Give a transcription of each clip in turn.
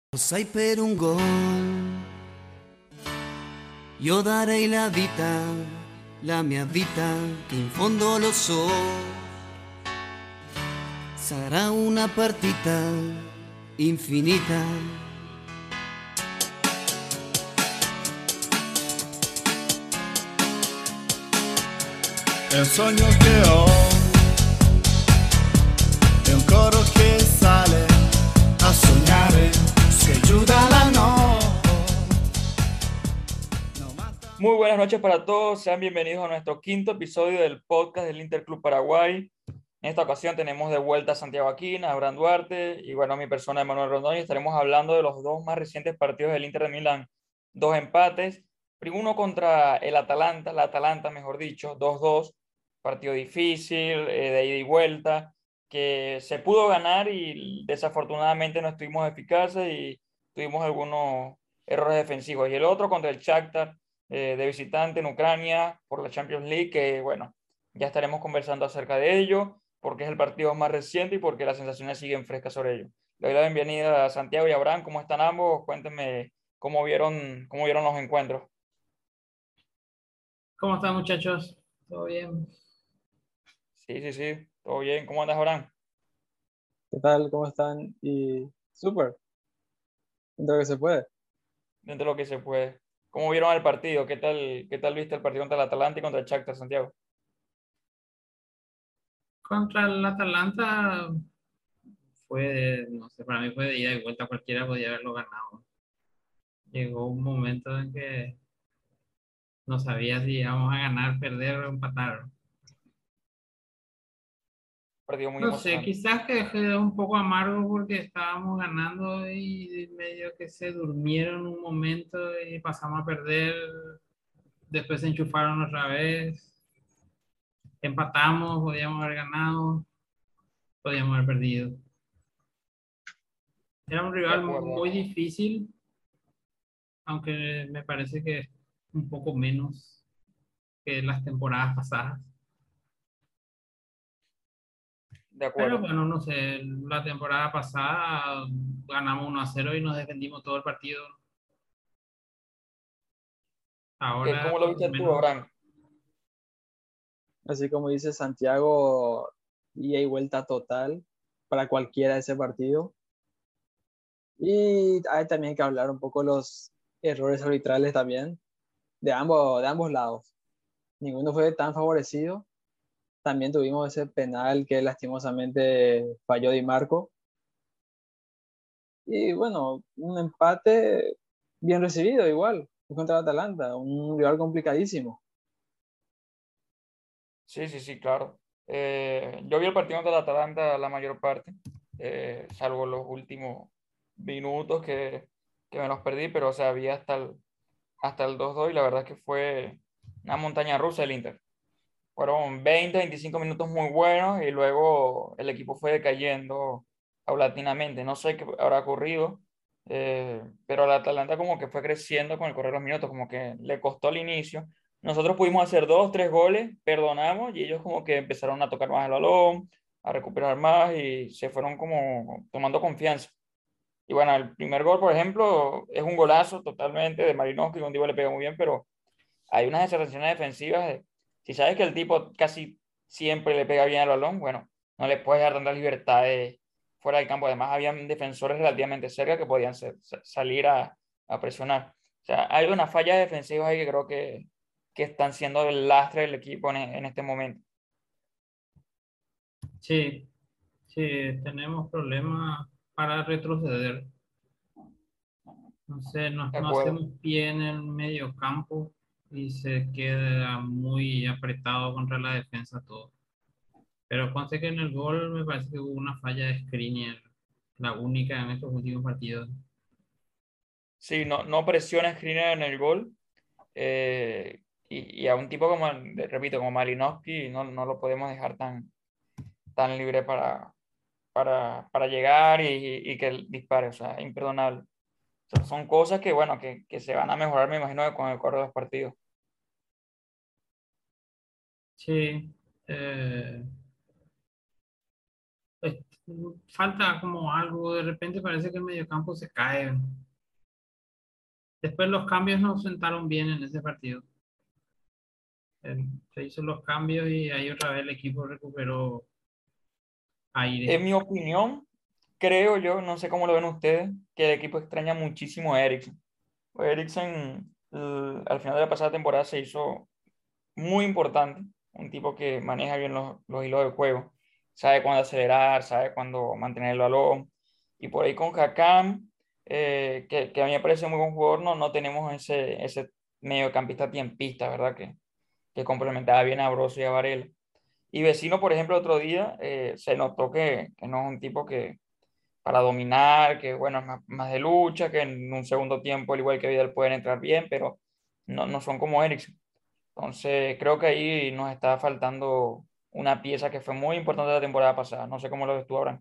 Sai per un gol, io darei la mia vita, che in fondo lo so, sarà una partita infinita. È un sogno che ho, è un coro che sale a sognare, si ayuda la notte. Muy buenas noches para todos, sean bienvenidos a nuestro quinto episodio del podcast del Interclub Paraguay. En esta ocasión tenemos de vuelta a Santiago Aquina, a Abraham Duarte y bueno, a mi persona Emanuel Rondón, y estaremos hablando de los dos más recientes partidos del Inter de Milán. Dos empates, uno contra el Atalanta, la Atalanta mejor dicho, 2-2, partido difícil, de ida y vuelta, que se pudo ganar y desafortunadamente no estuvimos eficaces y tuvimos algunos errores defensivos. Y el otro contra el Shakhtar, de visitante en Ucrania por la Champions League, que bueno, ya estaremos conversando acerca de ello, porque es el partido más reciente y porque las sensaciones siguen frescas sobre ello. Le doy la bienvenida a Santiago y Abraham, ¿cómo están ambos? Cuéntenme cómo vieron los encuentros. ¿Cómo están, muchachos? ¿Todo bien? Sí, todo bien. ¿Cómo andas, Abraham? ¿Qué tal? ¿Cómo están? Y súper, dentro de lo que se puede. Dentro de lo que se puede. ¿Cómo vieron el partido? ¿Qué tal viste el partido contra el Atalanta y contra el Shakhtar, Santiago? Contra el Atalanta no sé, para mí fue de ida y vuelta, cualquiera podía haberlo ganado. Llegó un momento en que no sabía si íbamos a ganar, perder o empatar. Partido muy No sé, emocionante. quizás que quedó un poco amargo porque estábamos ganando y medio que se durmieron un momento y pasamos a perder. Después se enchufaron otra vez. Empatamos, podíamos haber ganado, podíamos haber perdido. Era un De rival acuerdo. muy difícil, aunque me parece que es un poco menos que las temporadas pasadas. De Pero acuerdo. bueno, no sé, la temporada pasada ganamos 1-0 y nos defendimos todo el partido. Ahora, ¿Cómo lo por lo viste tú, menos, Abraham? Así como dice Santiago, ida y vuelta total para cualquiera de ese partido. Y hay también que hablar un poco los errores arbitrales también, de ambos lados. Ninguno fue tan favorecido. También tuvimos ese penal que lastimosamente falló Di Marco. Y bueno, un empate bien recibido igual contra el Atalanta, un rival complicadísimo. Sí, claro. Yo vi el partido contra el Atalanta la mayor parte, salvo los últimos minutos que me los perdí, pero o sea, vi hasta el 2-2 y la verdad es que fue una montaña rusa el Inter. Fueron 20, 25 minutos muy buenos y luego el equipo fue decayendo paulatinamente. No sé qué habrá ocurrido, pero el Atalanta como que fue creciendo con el correr de los minutos, como que le costó al inicio. Nosotros pudimos hacer 2, 3 goles, perdonamos y ellos como que empezaron a tocar más el balón, a recuperar más y se fueron como tomando confianza. Y bueno, el primer gol, por ejemplo, es un golazo totalmente de Marinovski, un tipo le pega muy bien, pero hay unas desatenciones defensivas. Si sabes que el tipo casi siempre le pega bien al balón, bueno, no le puedes dar tantas libertades fuera del campo. Además, habían defensores relativamente cerca que podían salir a presionar. O sea, hay unas fallas defensivas ahí que creo que están siendo el lastre del equipo en este momento. sí, sí, tenemos problemas para retroceder. No sé, De no acuerdo. hacemos pie en el medio campo y se queda muy apretado contra la defensa todo. Pero conste que en el gol me parece que hubo una falla de Skriniar, la única en estos últimos partidos. Sí, no presiona Skriniar en el gol. Y a un tipo como, repito, como Malinowski, no lo podemos dejar tan libre para llegar y que él dispare, o sea, imperdonable. O sea, son cosas que, bueno, que se van a mejorar, me imagino, con el correr de los partidos. Sí, eh, falta como algo, de repente parece que el mediocampo se cae. Después los cambios no sentaron bien en ese partido. Se hizo los cambios y ahí otra vez el equipo recuperó aire. En mi opinión, creo yo, no sé cómo lo ven ustedes, que el equipo extraña muchísimo a Eriksen. Eriksen, al final de la pasada temporada se hizo muy importante, un tipo que maneja bien los hilos del juego, sabe cuándo acelerar, sabe cuándo mantener el balón, y por ahí con Hakan, que a mí me parece muy buen jugador, no tenemos ese mediocampista tiempista, ¿verdad? Que complementaba bien a Brozo y a Varela. Y Vecino, por ejemplo, otro día se notó que no es un tipo que para dominar, que bueno, es más de lucha, que en un segundo tiempo, al igual que Vidal, pueden entrar bien, pero no son como Eriksen. Entonces, creo que ahí nos está faltando una pieza que fue muy importante la temporada pasada. No sé cómo lo ves tú, Abraham.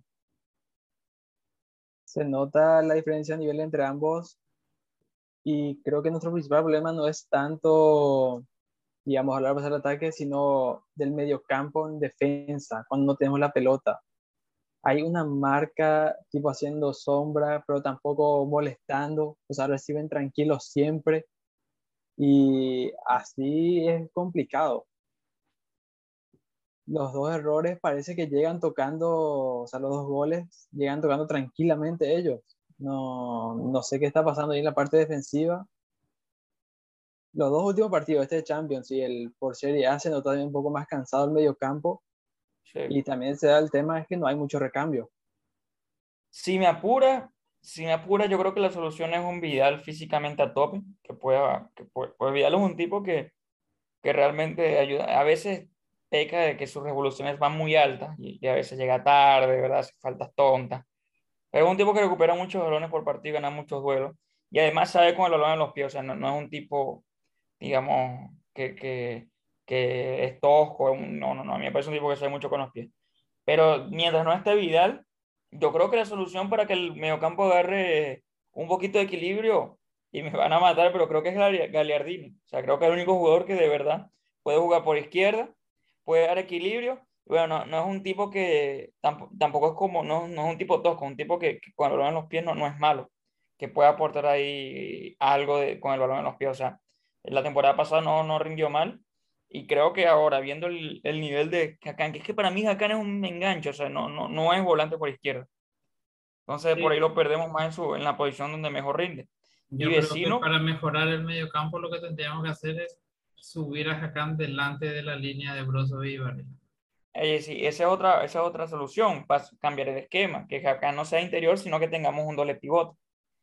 Se nota la diferencia a nivel entre ambos y creo que nuestro principal problema no es tanto, digamos, hablar pasar el ataque, sino del mediocampo en defensa, cuando no tenemos la pelota. Hay una marca tipo haciendo sombra, pero tampoco molestando, o sea, reciben tranquilos siempre y así es complicado. Los dos errores parece que llegan tocando, o sea, los dos goles llegan tocando tranquilamente ellos. No sé qué está pasando ahí en la parte defensiva. Los dos últimos partidos, este de Champions y el por Serie A, se nota también un poco más cansado el mediocampo Sí. y también se da el tema es que no hay mucho recambio. Si me apura, si me apura, yo creo que la solución es un Vidal físicamente a tope, pues Vidal es un tipo que realmente ayuda. A veces peca de que sus revoluciones van muy altas y a veces llega tarde, ¿verdad? Hace faltas tontas. Pero es un tipo que recupera muchos balones por partido, gana muchos duelos y además sabe con el balón en los pies. O sea, no es un tipo, digamos, que es tosco. No. A mí me parece un tipo que sabe mucho con los pies. Pero mientras no esté Vidal, yo creo que la solución para que el mediocampo agarre un poquito de equilibrio, y me van a matar, pero creo que es Gagliardini. O sea, creo que es el único jugador que de verdad puede jugar por izquierda, puede dar equilibrio. Bueno, no es un tipo que tampoco es como, no es un tipo tosco, un tipo que con el balón en los pies no es malo, que puede aportar ahí algo con el balón en los pies. O sea, la temporada pasada no rindió mal y creo que ahora, viendo el nivel de Hakan, que es que para mí Hakan es un enganche, o sea, no es volante por izquierda. Entonces, por Sí, ahí lo perdemos más en la posición donde mejor rinde. Y yo creo que Vecino, para mejorar el mediocampo lo que tendríamos que hacer es subir a Hakan delante de la línea de Brozo y Varela. sí, esa es otra solución, para cambiar el esquema, que Hakan no sea interior, sino que tengamos un doble pivote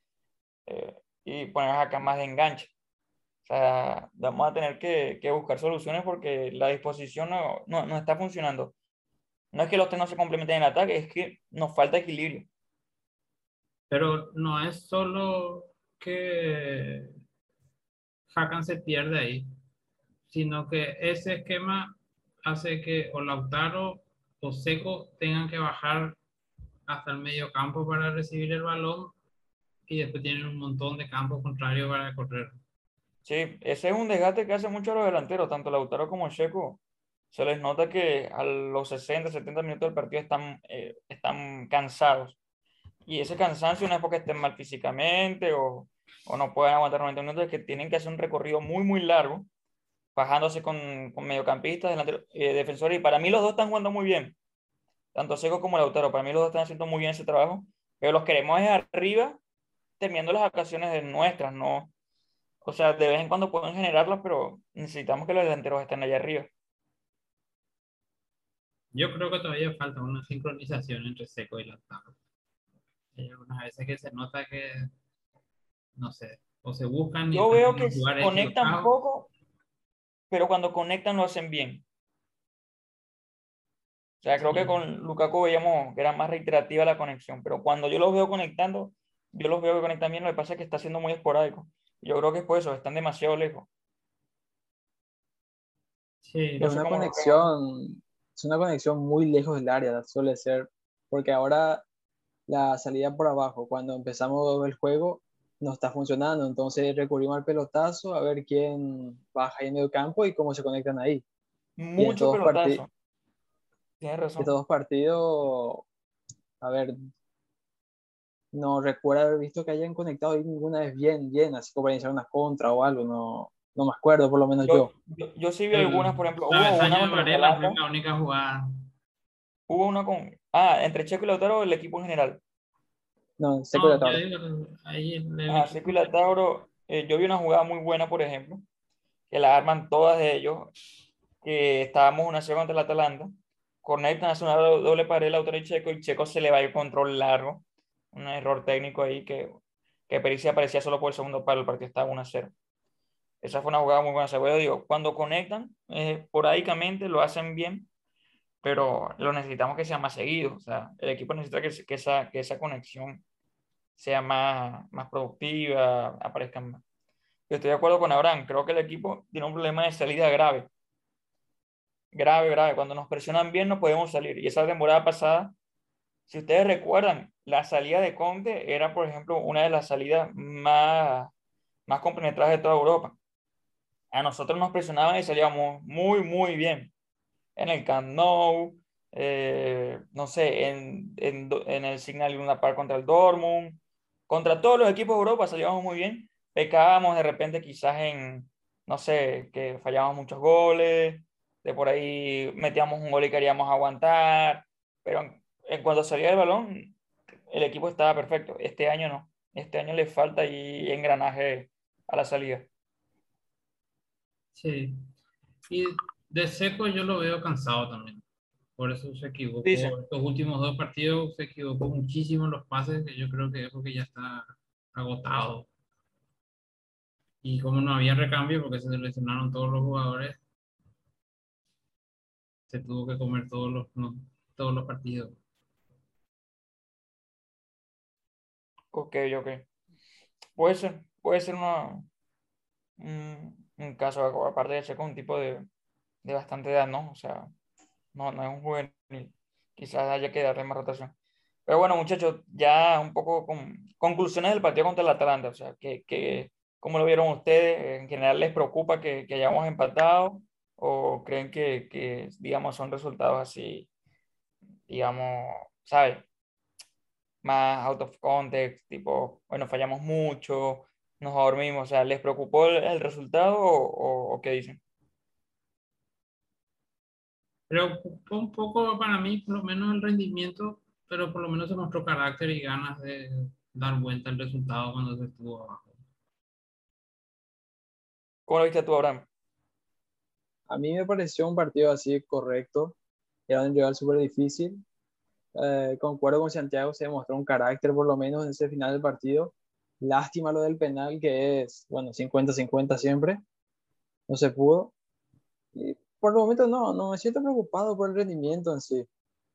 y poner a Hakan más de enganche. O sea, vamos a tener que buscar soluciones porque la disposición no está funcionando. No es que los tres no se complementen en el ataque, es que nos falta equilibrio. Pero no es solo que Hakan se pierde ahí, sino que ese esquema hace que o Lautaro o Seco tengan que bajar hasta el medio campo para recibir el balón y después tienen un montón de campos contrarios para correr. Sí, ese es un desgaste que hace mucho a los delanteros, tanto Lautaro como Checo. Se les nota que a los 60, 70 minutos del partido están cansados. Y ese cansancio no es porque estén mal físicamente o no puedan aguantar 90 minutos, es que tienen que hacer un recorrido muy largo, bajándose con mediocampistas, defensores. Y para mí los dos están jugando muy bien, tanto Checo como Lautaro. Para mí los dos están haciendo muy bien ese trabajo, pero los queremos es arriba, terminando las ocasiones de nuestras, ¿no? O sea, de vez en cuando pueden generarlas, pero necesitamos que los delanteros estén allá arriba. Yo creo que todavía falta una sincronización entre Seco y Lautaro. Hay algunas veces que se nota que, no sé, o se buscan y Yo están veo en que un lugar conectan equivocado. poco, pero cuando conectan lo hacen bien. O sea, creo que Sí, con Lukaku veíamos que era más reiterativa la conexión, pero cuando yo los veo conectando, yo los veo que conectan bien, lo que pasa es que está siendo muy esporádico. Yo creo que es por eso, están demasiado lejos. sí, Es No sé una cómo lo vemos. conexión, es una conexión muy lejos del área, suele ser, porque ahora la salida por abajo, cuando empezamos el juego, no está funcionando, entonces recurrimos al pelotazo a ver quién baja ahí en medio campo y cómo se conectan ahí. Y Mucho pelotazo. Tienes razón. estos dos partidos A ver, no recuerdo haber visto que hayan conectado ahí ninguna vez bien, bien, así como para iniciar una contra o algo, no, no me acuerdo, por lo menos Yo, yo. yo sí vi algunas, por ejemplo, hubo una Travesaño de contra el Varela fue Atalanta, la única jugada. hubo una entre Checo y Lautaro, el equipo en general. No, Seco de No, yo Tauro. digo, ahí el Ajá, Checo equipo. y Lautaro, yo vi una jugada muy buena, por ejemplo, que la arman todas de ellos, que estábamos 1-0 contra el Atalanta, conectan, hacen una doble pared Lautaro y Checo se le va el control largo, un error técnico ahí que Pericia aparecía solo por el segundo palo, el partido estaba 1-0. Esa fue una jugada muy buena. O sea, yo digo, cuando conectan, esporádicamente lo hacen bien, pero lo necesitamos que sea más seguido. O sea, el equipo necesita que esa conexión sea más productiva, aparezcan más. Yo estoy de acuerdo con Abraham. Creo que el equipo tiene un problema de salida grave. Grave, grave. Cuando nos presionan bien, no podemos salir. Y esa temporada pasada, si ustedes recuerdan, la salida de Conte era, por ejemplo, una de las salidas más compenetradas de toda Europa. A nosotros nos presionaban y salíamos muy, muy bien. En el Camp Nou, no sé, en el Signal Iduna Park contra el Dortmund, contra todos los equipos de Europa salíamos muy bien. Pecábamos de repente quizás no sé, que fallábamos muchos goles, de por ahí metíamos un gol y queríamos aguantar, pero en cuanto salía el balón, el equipo estaba perfecto. Este año no, este año le falta ahí engranaje a la salida. Sí. Y de Seco yo lo veo cansado también. Por eso se equivocó. Dice. Estos últimos dos partidos se equivocó muchísimo en los pases, que yo creo que es porque ya está agotado. Y como no había recambio, porque se lesionaron todos los jugadores, se tuvo que comer todos todos los partidos. Ok, ok. Puede ser un caso, aparte de ser con un tipo de bastante edad, ¿no? O sea, no es un juvenil. Quizás haya que darle más rotación. Pero bueno, muchachos, ya un poco con conclusiones del partido contra el Atalanta. O sea, ¿cómo lo vieron ustedes? ¿En general les preocupa que hayamos empatado? ¿O creen digamos, son resultados así, digamos, ¿sabes? Más out of context, tipo, bueno, fallamos mucho, nos dormimos, o sea, ¿les preocupó el resultado o qué dicen? Pero fue un poco para mí, por lo menos el rendimiento, pero por lo menos se mostró carácter y ganas de dar vuelta al resultado cuando se estuvo abajo. ¿Cómo lo viste tú, Abraham? A mí me pareció un partido así correcto, era un rival súper difícil. Concuerdo con Santiago, se demostró un carácter por lo menos en ese final del partido. Lástima lo del penal, que es, bueno, 50-50 siempre, no se pudo. Y por el momento no me siento preocupado por el rendimiento en sí.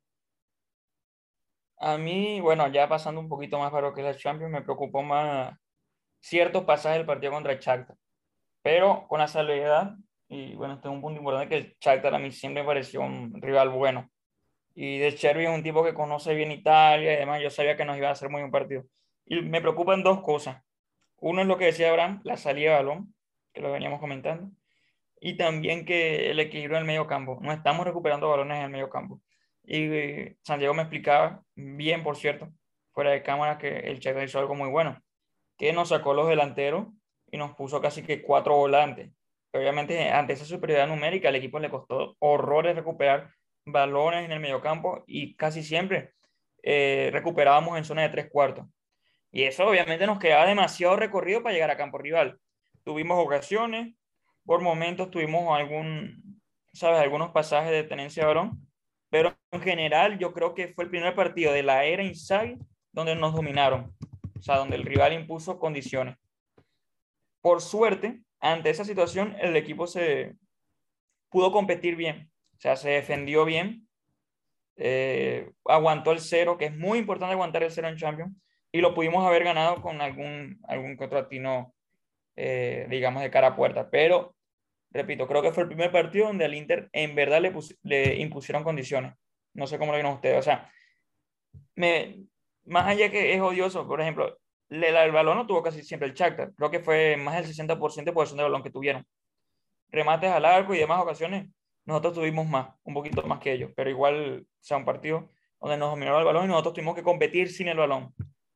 A mí, bueno, ya pasando un poquito más para lo que es la Champions, me preocupó más ciertos pasajes del partido contra el Shakhtar, pero con la salvedad, y bueno, este es un punto importante, que el Shakhtar a mí siempre me pareció un rival bueno. Y De Chervi es un tipo que conoce bien Italia y demás. Yo sabía que nos iba a hacer muy buen partido. Y me preocupan dos cosas. Uno es lo que decía Abraham, la salida de balón, que lo veníamos comentando. Y también que el equilibrio en el medio campo. No estamos recuperando balones en el medio campo. Y Santiago me explicaba, bien por cierto, fuera de cámara, que el Chaco hizo algo muy bueno, que nos sacó los delanteros y nos puso casi que cuatro volantes. Pero obviamente, ante esa superioridad numérica, al equipo le costó horrores recuperar balones en el mediocampo y casi siempre recuperábamos en zona de tres cuartos. Y eso obviamente nos quedaba demasiado recorrido para llegar a campo rival. Tuvimos ocasiones, por momentos tuvimos ¿sabes? Algunos pasajes de tenencia de balón, pero en general yo creo que fue el primer partido de la era Inzaghi donde nos dominaron, o sea, donde el rival impuso condiciones. Por suerte, ante esa situación, el equipo se pudo competir bien, o sea, se defendió bien, aguantó el cero, que es muy importante aguantar el cero en Champions, y lo pudimos haber ganado con algún que otro atino, digamos, de cara a puerta. Pero, repito, creo que fue el primer partido donde al Inter en verdad le impusieron condiciones. No sé cómo lo vieron ustedes. O sea, me, más allá que es odioso, por ejemplo, el balón no tuvo casi siempre el Shakhtar. Creo que fue más del 60% de posesión de balón que tuvieron. Remates al arco y demás ocasiones, nosotros tuvimos más, un poquito más que ellos, pero igual, o sea, un partido donde nos dominaron el balón y nosotros tuvimos que competir sin el balón.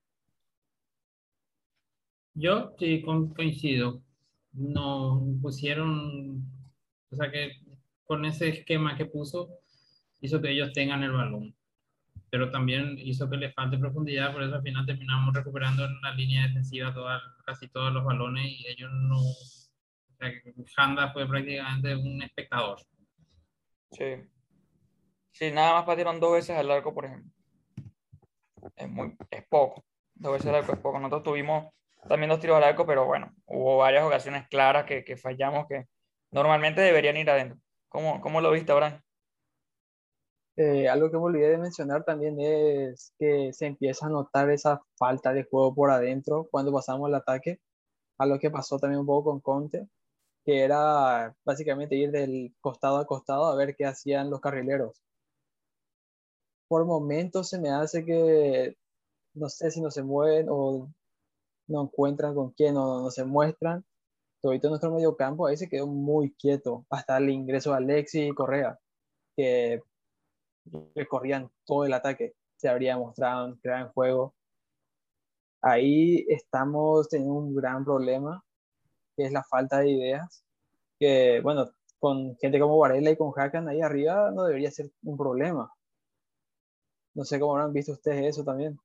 Yo sí coincido. No pusieron, o sea que con ese esquema que puso, hizo que ellos tengan el balón, pero también hizo que les falte profundidad, por eso al final terminamos recuperando en la línea defensiva casi todos los balones y ellos no, o sea que Handa fue prácticamente un espectador. Sí. Sí, nada más patearon 2 veces al arco, por ejemplo. Es poco. 2 veces al arco es poco. Nosotros tuvimos también 2 tiros al arco, pero bueno, hubo varias ocasiones claras que fallamos que normalmente deberían ir adentro. ¿Cómo lo viste, Abraham? Algo que me olvidé de mencionar también es que se empieza a notar esa falta de juego por adentro cuando pasamos el ataque, a lo que pasó también un poco con Conte, que era básicamente ir del costado a costado a ver qué hacían los carrileros. Por momentos se me hace que no sé si no se mueven o no encuentran con quién o no se muestran. Todito nuestro mediocampo ahí se quedó muy quieto hasta el ingreso de Alexis y Correa, que recorrían todo el ataque, se habría mostrado, creaban juego. Ahí estamos teniendo un gran problema, que es la falta de ideas, que bueno, con gente como Varela y con Hakan ahí arriba no debería ser un problema. No sé cómo habrán visto ustedes eso también.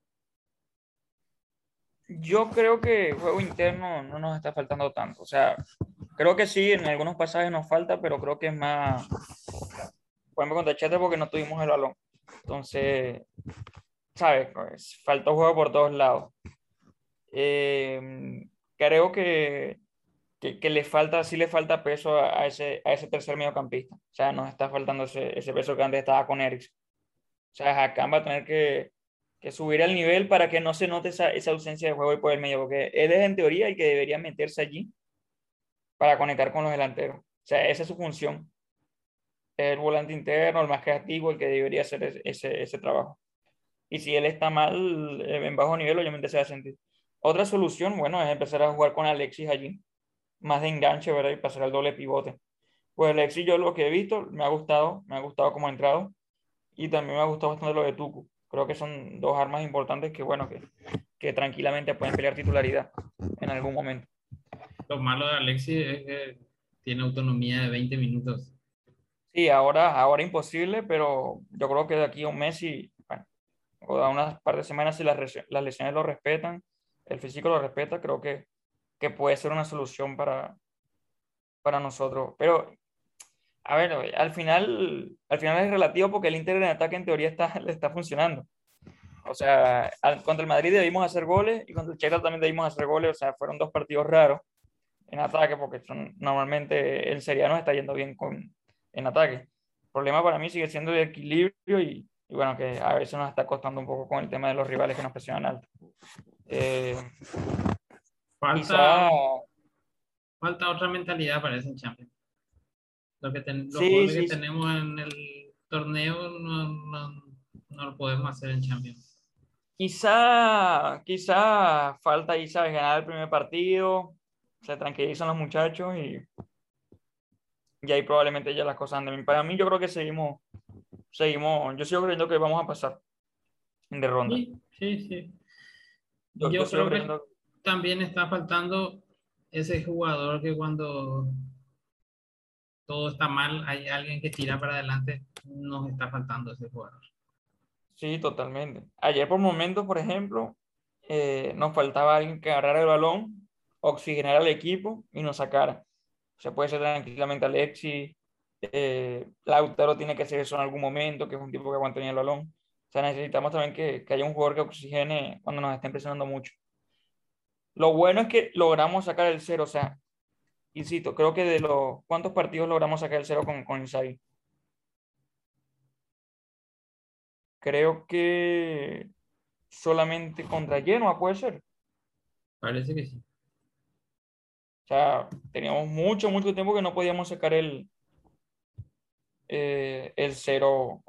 Yo creo que juego interno no nos está faltando tanto. O sea, creo que sí, en algunos pasajes nos falta, pero creo que es más, por ejemplo, contra Chete porque no tuvimos el balón. Entonces, ¿sabes? Pues, faltó juego por todos lados. Creo que le falta, sí le falta peso a ese tercer mediocampista. O sea, nos está faltando ese peso que antes estaba con Eriksen. O sea, Hakan va a tener que subir el nivel para que no se note esa ausencia de juego y por el medio, porque él es en teoría el que debería meterse allí para conectar con los delanteros. O sea, esa es su función. El volante interno, el más creativo, el que debería hacer ese trabajo. Y si él está mal en bajo nivel, obviamente se va a sentir. Otra solución, bueno, es empezar a jugar con Alexis allí, más de enganche, ¿verdad? Y pasar al doble pivote. Pues Alexis, yo lo que he visto, me ha gustado cómo ha entrado y también me ha gustado bastante lo de Tucu. Creo que son 2 armas importantes que, bueno, que tranquilamente pueden pelear titularidad en algún momento. Lo malo de Alexis es que tiene autonomía de 20 minutos. Sí, ahora imposible, pero yo creo que de aquí a un mes y, bueno, o a unas par de semanas, si las lesiones lo respetan, el físico lo respeta, creo que puede ser una solución para nosotros. Pero, a ver, al final es relativo porque el Inter en ataque en teoría le está funcionando. O sea, contra el Madrid debimos hacer goles y contra el Chelsea también debimos hacer goles. O sea, fueron 2 partidos raros en ataque porque normalmente el Serie A nos está yendo bien en ataque. El problema para mí sigue siendo de equilibrio y bueno, que a veces nos está costando un poco con el tema de los rivales que nos presionan alto. Falta, Quizá, falta otra mentalidad para ese Champions. Los sí, goles que sí, sí. tenemos en el torneo no lo podemos hacer en Champions. Quizá falta ahí, ¿sabes? Ganar el primer partido, se tranquilizan los muchachos y ahí probablemente ya las cosas anden bien. Para mí, yo creo que yo sigo creyendo que vamos a pasar de ronda. Sí, sí, sí. Yo Yo sigo creo que creyendo. también está faltando ese jugador que cuando todo está mal, hay alguien que tira para adelante, nos está faltando ese jugador. Sí, totalmente. Ayer por momentos, por ejemplo, nos faltaba alguien que agarrara el balón, oxigenara al equipo y nos sacara. Se puede ser tranquilamente Alexis, Lautaro tiene que hacer eso en algún momento, que es un tipo que aguanta bien el balón. O sea, necesitamos también que haya un jugador que oxigene cuando nos estén presionando mucho. Lo bueno es que logramos sacar el cero, o sea, insisto, creo que de los ¿cuántos partidos logramos sacar el cero con Inzaghi? Creo que solamente contra Genoa puede ser. Parece que sí. O sea, teníamos mucho tiempo que no podíamos sacar el cero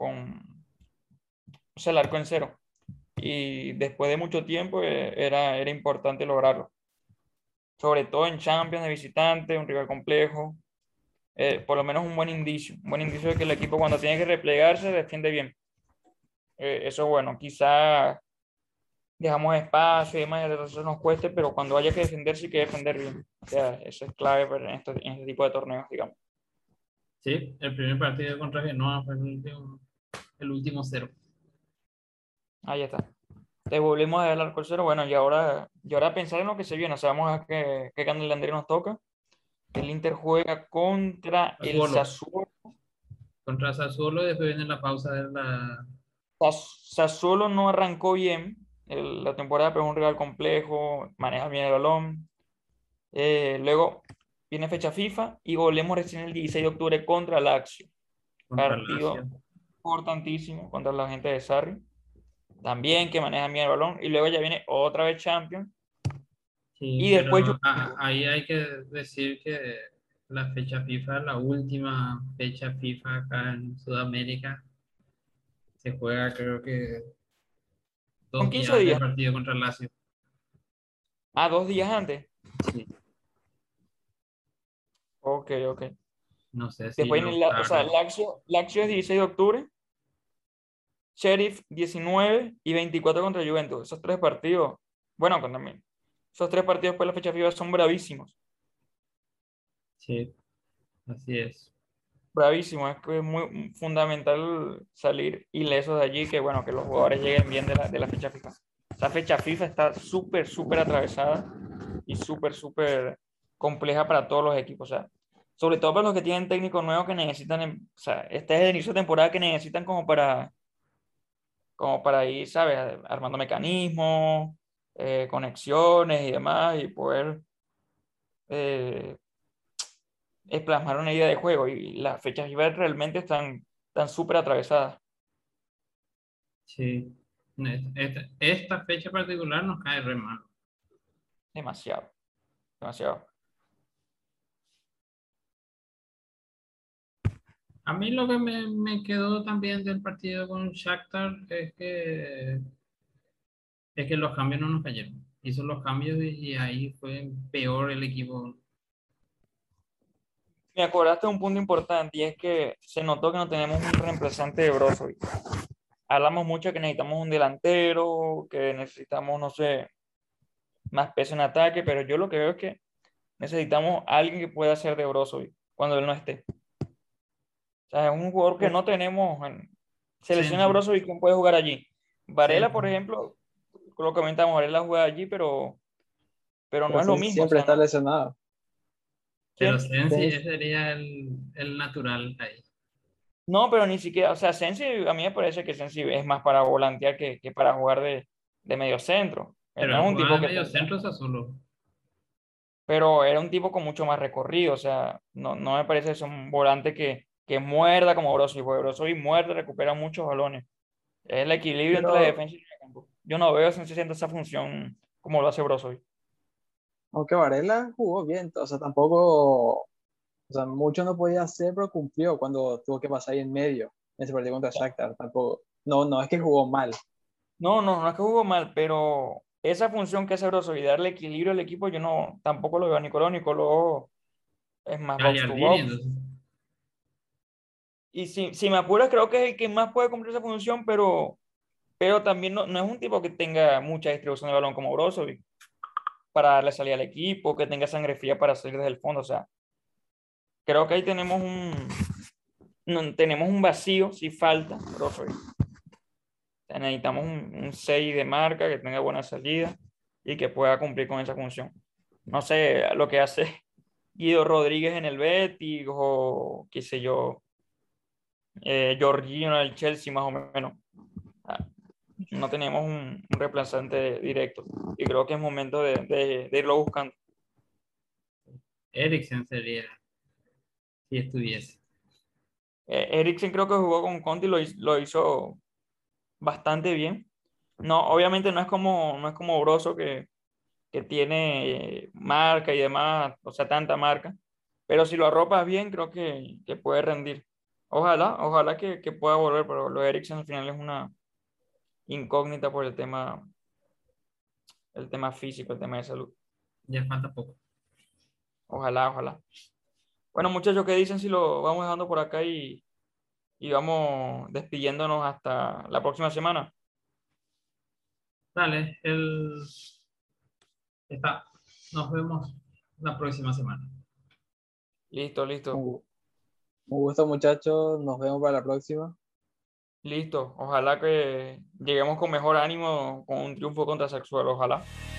o sea, el arco en cero. Y después de mucho tiempo era importante lograrlo. Sobre todo en Champions de visitante, un rival complejo. Por lo menos un buen indicio de que el equipo cuando tiene que replegarse defiende bien. eso es bueno. Quizá dejamos espacio y demás, y eso nos cueste, pero cuando haya que defender, sí que defender bien. O sea, eso es clave en este tipo de torneos, digamos. Sí, el primer partido contra Genoa fue el último cero. Ahí está. Te volvemos a ver el arco cero. Bueno, y ahora pensar en lo que se viene. Sabemos a qué calendario nos toca. El Inter juega contra el Sassuolo. Sassuolo. Contra Sassuolo, después viene la pausa de la... Sassuolo no arrancó bien la temporada, pero es un rival complejo, maneja bien el balón. Luego viene fecha FIFA y volvemos recién el 16 de octubre contra Lazio. contra Partido Lazio. importantísimo contra la gente de Sarri. También que maneja bien el balón. Y luego ya viene otra vez Champions. Sí, Y después pero ahí hay que decir que la fecha FIFA, la última fecha FIFA acá en Sudamérica, se juega creo que son 2 días 15 antes del días. partido contra Lazio. 2 días antes. Sí, Ok, ok. no sé si Después lo viene, o sea, cargan. Lazio es 16 de octubre. Sheriff 19 y 24 contra Juventus. Esos tres partidos, bueno, también. Esos tres partidos después de la fecha FIFA son bravísimos. Sí, así es. Bravísimos. Es que es muy fundamental salir ilesos de allí, que bueno, que los jugadores lleguen bien de la fecha FIFA. Esa fecha FIFA está súper, súper atravesada y súper, súper compleja para todos los equipos. O sea, sobre todo para los que tienen técnicos nuevos que necesitan, o sea, este es el inicio de temporada que necesitan como para ir, ¿sabes? Armando mecanismos, conexiones y demás, y poder eh, plasmar una idea de juego. Y las fechas FIBA realmente están súper atravesadas. Sí. Esta fecha particular nos cae re mal. Demasiado, demasiado. A mí lo que me quedó también del partido con Shakhtar es que los cambios no nos cayeron. Hizo los cambios y ahí fue peor el equipo. Me acordaste de un punto importante y es que se notó que no tenemos un reemplazante de Brozovic. Hablamos mucho de que necesitamos un delantero, que necesitamos, no sé, más peso en ataque, pero yo lo que veo es que necesitamos a alguien que pueda hacer de Brozovic cuando él no esté. O sea, es un jugador que no tenemos en selección a Sensi, Brozovic, ¿quién puede jugar allí? Varela, Sensi. por ejemplo, lo comentamos, Varela juega allí, pero no Pero es lo sí, mismo. O siempre sea, está no. lesionado. Pero ¿Quién? Sensi Sí, ese sería el natural ahí. No, pero ni siquiera, o sea, Sensi, a mí me parece que Sensi es más para volantear que para jugar de medio centro. Él Pero no él es un jugaba tipo de que medio tenga, centro solo. pero era un tipo con mucho más recorrido, o sea, no me parece eso un volante que muerda como Brozovic, porque Brozovic muerde, recupera muchos balones. Es el equilibrio entre la pero defensa y el campo. Yo no veo a Sensi haciendo esa función como lo hace Brozovic. aunque Varela jugó bien, o sea, tampoco, o sea, mucho no podía hacer, pero cumplió cuando tuvo que pasar ahí en medio en ese partido contra Shakhtar. Tampoco, no es que jugó mal, No es que jugó mal, pero esa función que hace Brozovic, darle equilibrio al equipo, yo no, tampoco lo veo a Nicolò. Nicolò es más box to Gallardini, box. entonces. Y si me apuras, creo que es el que más puede cumplir esa función, pero también no es un tipo que tenga mucha distribución de balón como Brozovic para darle salida al equipo, que tenga sangre fría para salir desde el fondo. O sea, creo que ahí tenemos un vacío si falta Brozovic. O sea, necesitamos un 6 de marca que tenga buena salida y que pueda cumplir con esa función. No sé lo que hace Guido Rodríguez en el Betis o qué sé yo, Jorginho en el Chelsea más o menos. Ah, no tenemos un reemplazante directo y creo que es momento de irlo buscando. Eriksen sería, si estuviese. Eriksen creo que jugó con Conte y lo hizo bastante bien. No, obviamente no es como Brozo que tiene marca y demás, o sea, tanta marca, pero si lo arropas bien, creo que puede rendir. Ojalá que pueda volver, pero lo de Eriksen al final es una incógnita por el tema físico, el tema de salud. Ya falta poco. Ojalá. Bueno, muchachos, ¿qué dicen si lo vamos dejando por acá y y vamos despidiéndonos hasta la próxima semana. Dale, está. Nos vemos la próxima semana. Listo, listo. Un gusto, muchachos. Nos vemos para la próxima. Listo. Ojalá que lleguemos con mejor ánimo con un triunfo contra Sexual. Ojalá.